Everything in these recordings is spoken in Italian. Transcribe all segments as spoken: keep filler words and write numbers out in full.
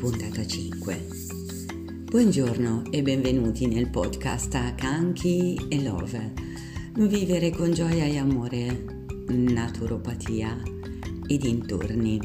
puntata cinque. Buongiorno e benvenuti nel podcast Kanki e Love. Vivere con gioia e amore, naturopatia e dintorni.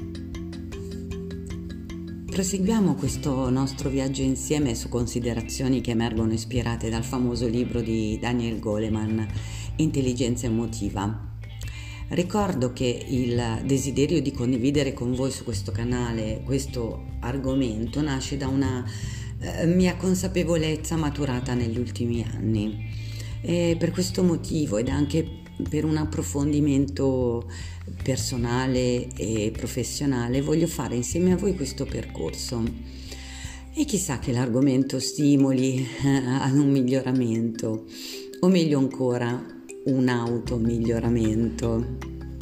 Proseguiamo questo nostro viaggio insieme su considerazioni che emergono ispirate dal famoso libro di Daniel Goleman, Intelligenza emotiva. Ricordo che il desiderio di condividere con voi su questo canale questo argomento nasce da una eh, mia consapevolezza maturata negli ultimi anni e per questo motivo ed anche per un approfondimento personale e professionale voglio fare insieme a voi questo percorso e chissà che l'argomento stimoli eh, ad un miglioramento o meglio ancora un automiglioramento.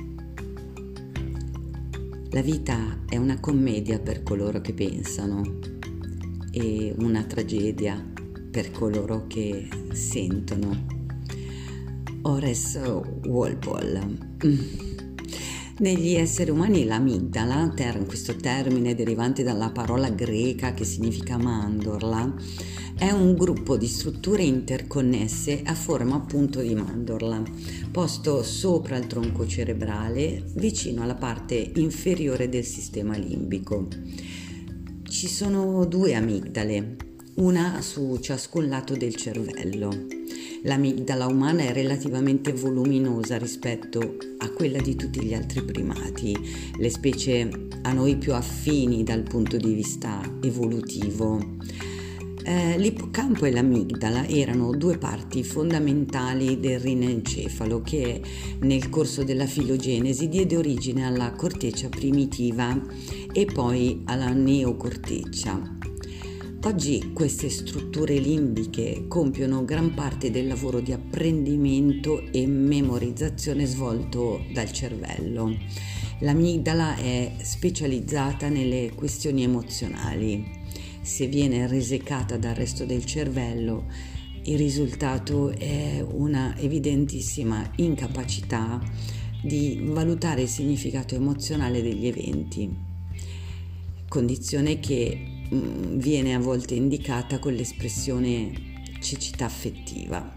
La vita è una commedia per coloro che pensano e una tragedia per coloro che sentono. Horace Walpole. Negli esseri umani l'amigdala, ter- questo termine derivante dalla parola greca che significa mandorla, è un gruppo di strutture interconnesse a forma appunto di mandorla, posto sopra il tronco cerebrale, vicino alla parte inferiore del sistema limbico. Ci sono due amigdale, una su ciascun lato del cervello. L'amigdala umana è relativamente voluminosa rispetto a quella di tutti gli altri primati, le specie a noi più affini dal punto di vista evolutivo. Eh, l'ippocampo e l'amigdala erano due parti fondamentali del rinencefalo che nel corso della filogenesi diede origine alla corteccia primitiva e poi alla neocorteccia. Oggi queste strutture limbiche compiono gran parte del lavoro di apprendimento e memorizzazione svolto dal cervello. L'amigdala è specializzata nelle questioni emozionali. Se viene resecata dal resto del cervello, il risultato è una evidentissima incapacità di valutare il significato emozionale degli eventi, condizione che mh, viene a volte indicata con l'espressione cecità affettiva.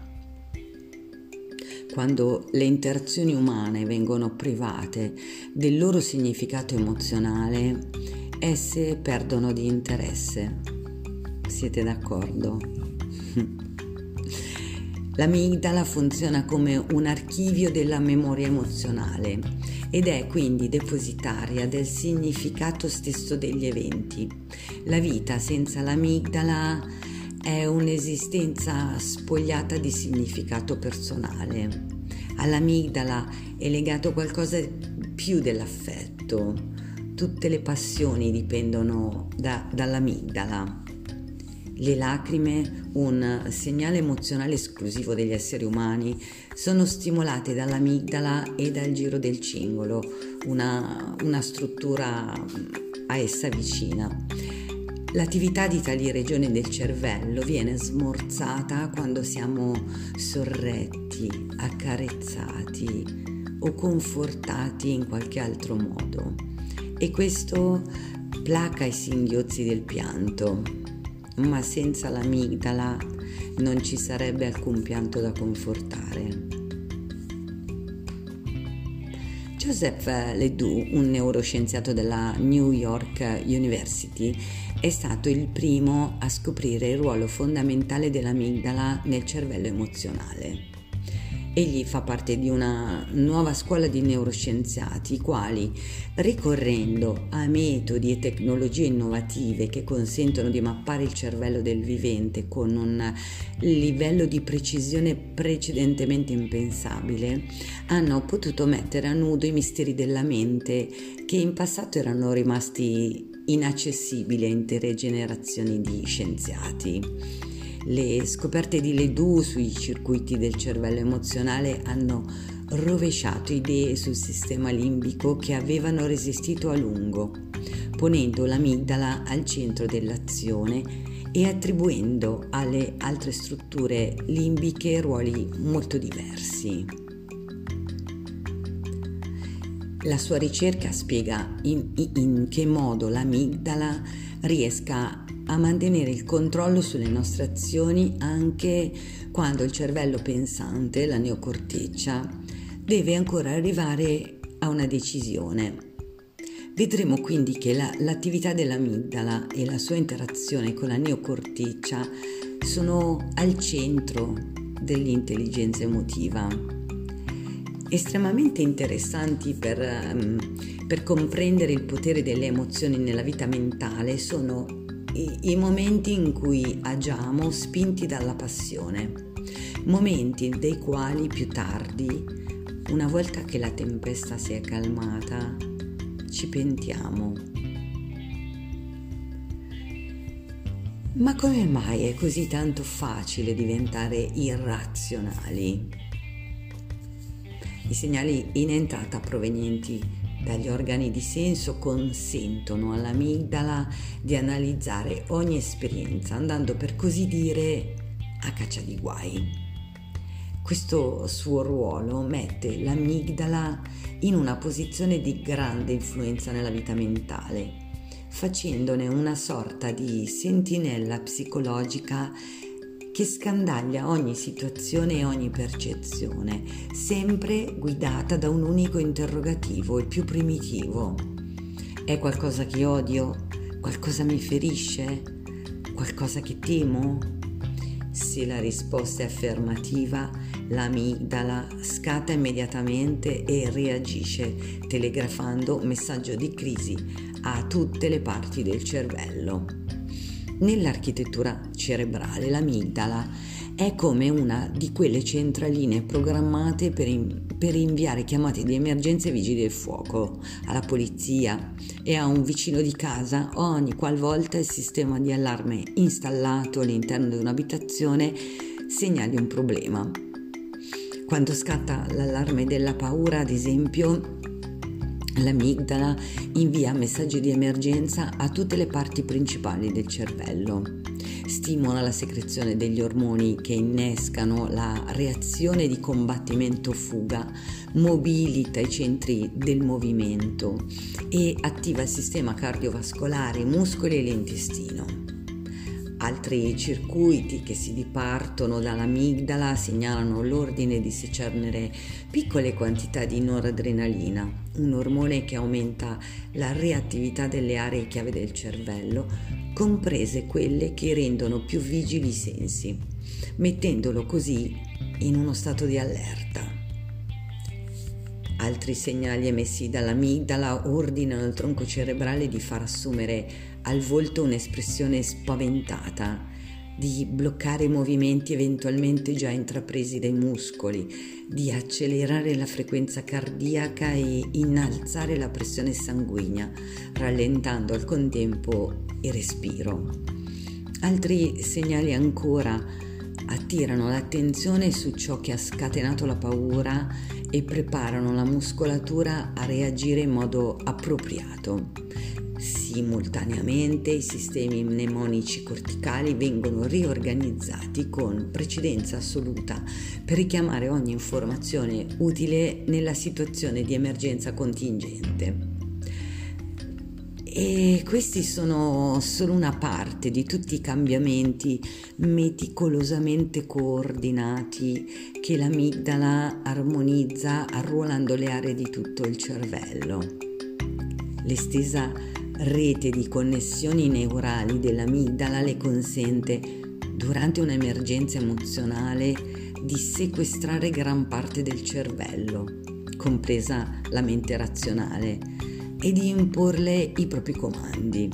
Quando le interazioni umane vengono private del loro significato emozionale, esse perdono di interesse. Siete d'accordo? L'amigdala funziona come un archivio della memoria emozionale ed è quindi depositaria del significato stesso degli eventi. La vita senza l'amigdala è un'esistenza spogliata di significato personale. All'amigdala è legato qualcosa più dell'affetto. Tutte le passioni dipendono da, dall'amigdala. Le lacrime, un segnale emozionale esclusivo degli esseri umani, sono stimolate dall'amigdala e dal giro del cingolo, una, una struttura a essa vicina. L'attività di tali regioni del cervello viene smorzata quando siamo sorretti, accarezzati o confortati in qualche altro modo. E questo placa i singhiozzi del pianto, ma senza l'amigdala non ci sarebbe alcun pianto da confortare. Joseph Ledoux, un neuroscienziato della New York University, è stato il primo a scoprire il ruolo fondamentale dell'amigdala nel cervello emozionale. Egli fa parte di una nuova scuola di neuroscienziati, i quali, ricorrendo a metodi e tecnologie innovative che consentono di mappare il cervello del vivente con un livello di precisione precedentemente impensabile, hanno potuto mettere a nudo i misteri della mente che in passato erano rimasti inaccessibili a intere generazioni di scienziati. Le scoperte di Ledoux sui circuiti del cervello emozionale hanno rovesciato idee sul sistema limbico che avevano resistito a lungo, ponendo l'amigdala al centro dell'azione e attribuendo alle altre strutture limbiche ruoli molto diversi. La sua ricerca spiega in, in che modo l'amigdala riesca a mantenere il controllo sulle nostre azioni anche quando il cervello pensante, la neocorteccia, deve ancora arrivare a una decisione. Vedremo quindi che la, l'attività dell'amigdala e la sua interazione con la neocorteccia sono al centro dell'intelligenza emotiva. Estremamente interessanti per, um, per comprendere il potere delle emozioni nella vita mentale sono i, i momenti in cui agiamo spinti dalla passione, momenti dei quali più tardi, una volta che la tempesta si è calmata, ci pentiamo. Ma come mai è così tanto facile diventare irrazionali? I segnali in entrata provenienti dagli organi di senso consentono all'amigdala di analizzare ogni esperienza, andando per così dire a caccia di guai. Questo suo ruolo mette l'amigdala in una posizione di grande influenza nella vita mentale, facendone una sorta di sentinella psicologica che scandaglia ogni situazione e ogni percezione, sempre guidata da un unico interrogativo, il più primitivo. È qualcosa che odio? Qualcosa mi ferisce? Qualcosa che temo? Se la risposta è affermativa, l'amigdala scatta immediatamente e reagisce, telegrafando un messaggio di crisi a tutte le parti del cervello. Nell'architettura cerebrale l'amigdala è come una di quelle centraline programmate per, in, per inviare chiamate di emergenza ai vigili del fuoco, alla polizia e a un vicino di casa ogni qualvolta il sistema di allarme installato all'interno di un'abitazione segnali un problema. Quando scatta l'allarme della paura, ad esempio, l'amigdala invia messaggi di emergenza a tutte le parti principali del cervello, stimola la secrezione degli ormoni che innescano la reazione di combattimento-fuga, mobilita i centri del movimento e attiva il sistema cardiovascolare, i muscoli e l'intestino. Altri circuiti che si dipartono dall'amigdala segnalano l'ordine di secernere piccole quantità di noradrenalina, un ormone che aumenta la reattività delle aree chiave del cervello, comprese quelle che rendono più vigili i sensi, mettendolo così in uno stato di allerta. Altri segnali emessi dall'amigdala ordinano al tronco cerebrale di far assumere al volto un'espressione spaventata, di bloccare i movimenti eventualmente già intrapresi dai muscoli, di accelerare la frequenza cardiaca e innalzare la pressione sanguigna, rallentando al contempo il respiro. Altri segnali ancora attirano l'attenzione su ciò che ha scatenato la paura e preparano la muscolatura a reagire in modo appropriato. Simultaneamente i sistemi mnemonici corticali vengono riorganizzati con precedenza assoluta per richiamare ogni informazione utile nella situazione di emergenza contingente. E questi sono solo una parte di tutti i cambiamenti meticolosamente coordinati che l'amigdala armonizza arruolando le aree di tutto il cervello. L'estesa rete di connessioni neurali dell'amigdala le consente, durante un'emergenza emozionale, di sequestrare gran parte del cervello, compresa la mente razionale, e di imporle i propri comandi.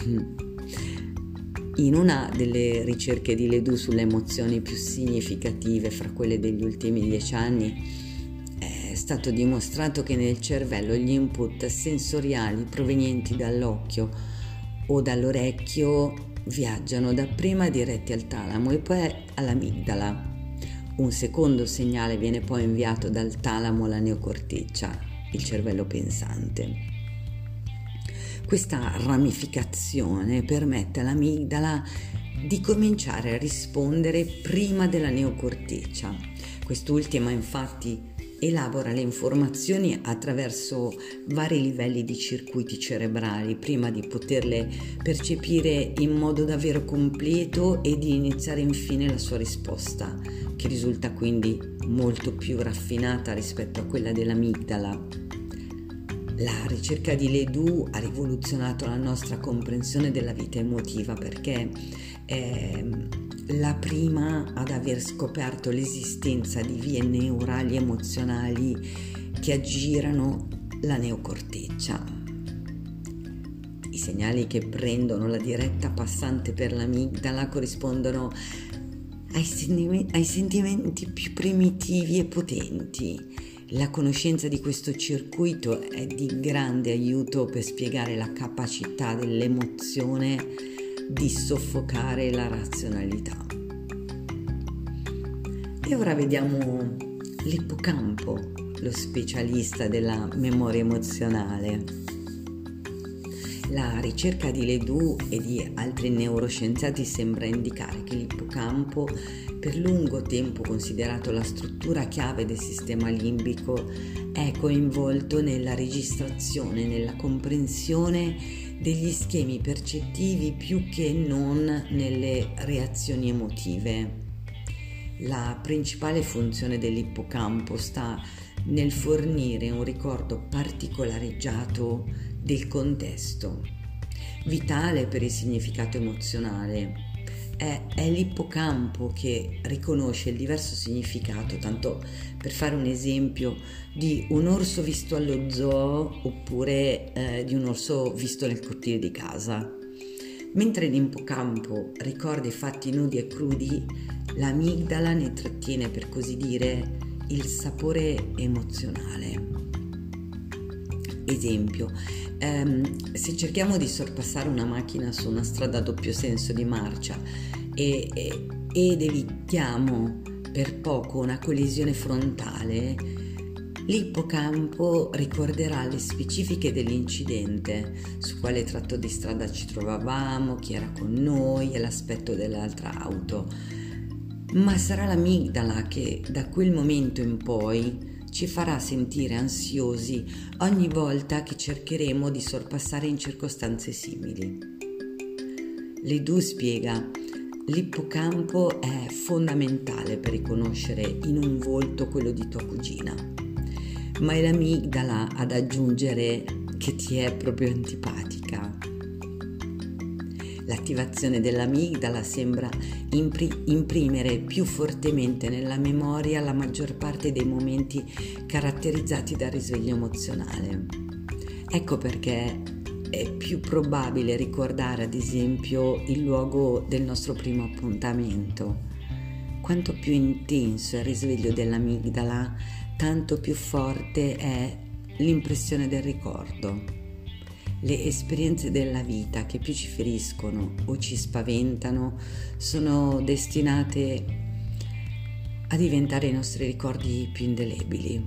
In una delle ricerche di Ledoux sulle emozioni più significative fra quelle degli ultimi dieci anni, è stato dimostrato che nel cervello gli input sensoriali provenienti dall'occhio o dall'orecchio viaggiano dapprima diretti al talamo e poi all'amigdala. Un secondo segnale viene poi inviato dal talamo alla neocorteccia, il cervello pensante. Questa ramificazione permette all'amigdala di cominciare a rispondere prima della neocorteccia. Quest'ultima infatti elabora le informazioni attraverso vari livelli di circuiti cerebrali prima di poterle percepire in modo davvero completo e di iniziare infine la sua risposta, che risulta quindi molto più raffinata rispetto a quella dell'amigdala. La ricerca di Ledoux ha rivoluzionato la nostra comprensione della vita emotiva perché è la prima ad aver scoperto l'esistenza di vie neurali emozionali che aggirano la neocorteccia. I segnali che prendono la diretta passante per l'amigdala corrispondono ai sentimenti, ai sentimenti più primitivi e potenti. La conoscenza di questo circuito è di grande aiuto per spiegare la capacità dell'emozione di soffocare la razionalità. E ora vediamo l'ippocampo, lo specialista della memoria emozionale. La ricerca di Ledoux e di altri neuroscienziati sembra indicare che l'ippocampo, per lungo tempo considerato la struttura chiave del sistema limbico, è coinvolto nella registrazione, nella comprensione degli schemi percettivi più che non nelle reazioni emotive. La principale funzione dell'ippocampo sta nel fornire un ricordo particolareggiato del contesto, vitale per il significato emozionale. È, è l'ippocampo che riconosce il diverso significato, tanto per fare un esempio, di un orso visto allo zoo oppure eh, di un orso visto nel cortile di casa. Mentre l'ippocampo ricorda i fatti nudi e crudi, l'amigdala ne trattiene, per così dire, il sapore emozionale. Esempio, ehm, se cerchiamo di sorpassare una macchina su una strada a doppio senso di marcia e, e, ed evitiamo per poco una collisione frontale, l'ippocampo ricorderà le specifiche dell'incidente, su quale tratto di strada ci trovavamo, chi era con noi e l'aspetto dell'altra auto. Ma sarà l'amigdala che da quel momento in poi ci farà sentire ansiosi ogni volta che cercheremo di sorpassare in circostanze simili. Ledoux spiega: l'ippocampo è fondamentale per riconoscere in un volto quello di tua cugina, ma è l'amigdala ad aggiungere che ti è proprio antipatica. L'attivazione dell'amigdala sembra impri- imprimere più fortemente nella memoria la maggior parte dei momenti caratterizzati dal risveglio emozionale. Ecco perché è più probabile ricordare, ad esempio, il luogo del nostro primo appuntamento. Quanto più intenso è il risveglio dell'amigdala, tanto più forte è l'impressione del ricordo. Le esperienze della vita che più ci feriscono o ci spaventano sono destinate a diventare i nostri ricordi più indelebili.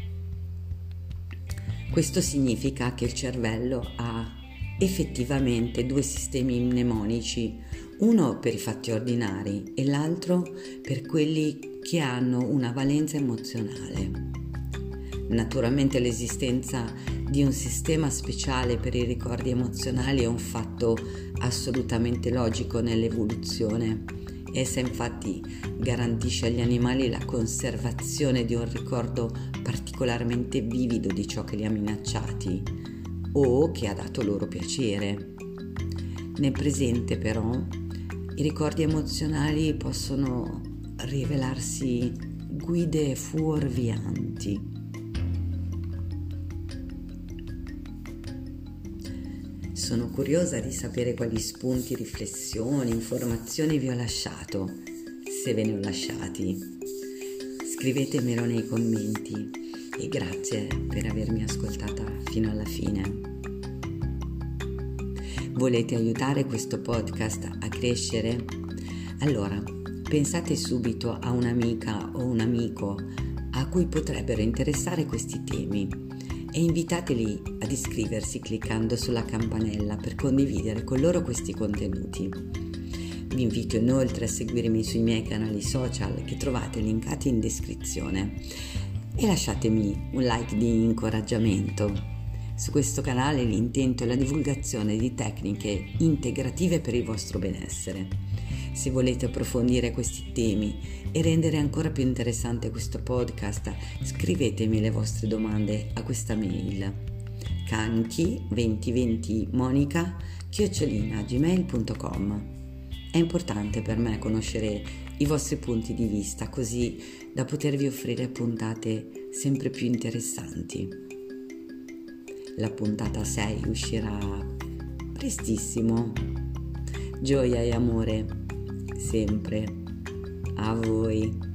Questo significa che il cervello ha effettivamente due sistemi mnemonici, uno per i fatti ordinari e l'altro per quelli che hanno una valenza emozionale. Naturalmente l'esistenza di un sistema speciale per i ricordi emozionali è un fatto assolutamente logico nell'evoluzione. Essa infatti garantisce agli animali la conservazione di un ricordo particolarmente vivido di ciò che li ha minacciati o che ha dato loro piacere. Nel presente però i ricordi emozionali possono rivelarsi guide fuorvianti. Sono curiosa di sapere quali spunti, riflessioni, informazioni vi ho lasciato, se ve ne ho lasciati. Scrivetemelo nei commenti e grazie per avermi ascoltata fino alla fine. Volete aiutare questo podcast a crescere? Allora, pensate subito a un'amica o un amico a cui potrebbero interessare questi temi e invitateli ad iscriversi cliccando sulla campanella per condividere con loro questi contenuti. Vi invito inoltre a seguirmi sui miei canali social che trovate linkati in descrizione. e lasciatemi un like di incoraggiamento. Su questo canale l'intento è la divulgazione di tecniche integrative per il vostro benessere. Se volete approfondire questi temi e rendere ancora più interessante questo podcast, scrivetemi le vostre domande a questa mail canchi duemilaventi monica chiocciolina gmail punto com. È importante per me conoscere i vostri punti di vista, così da potervi offrire puntate sempre più interessanti. La puntata sei uscirà prestissimo. Gioia e amore sempre a voi.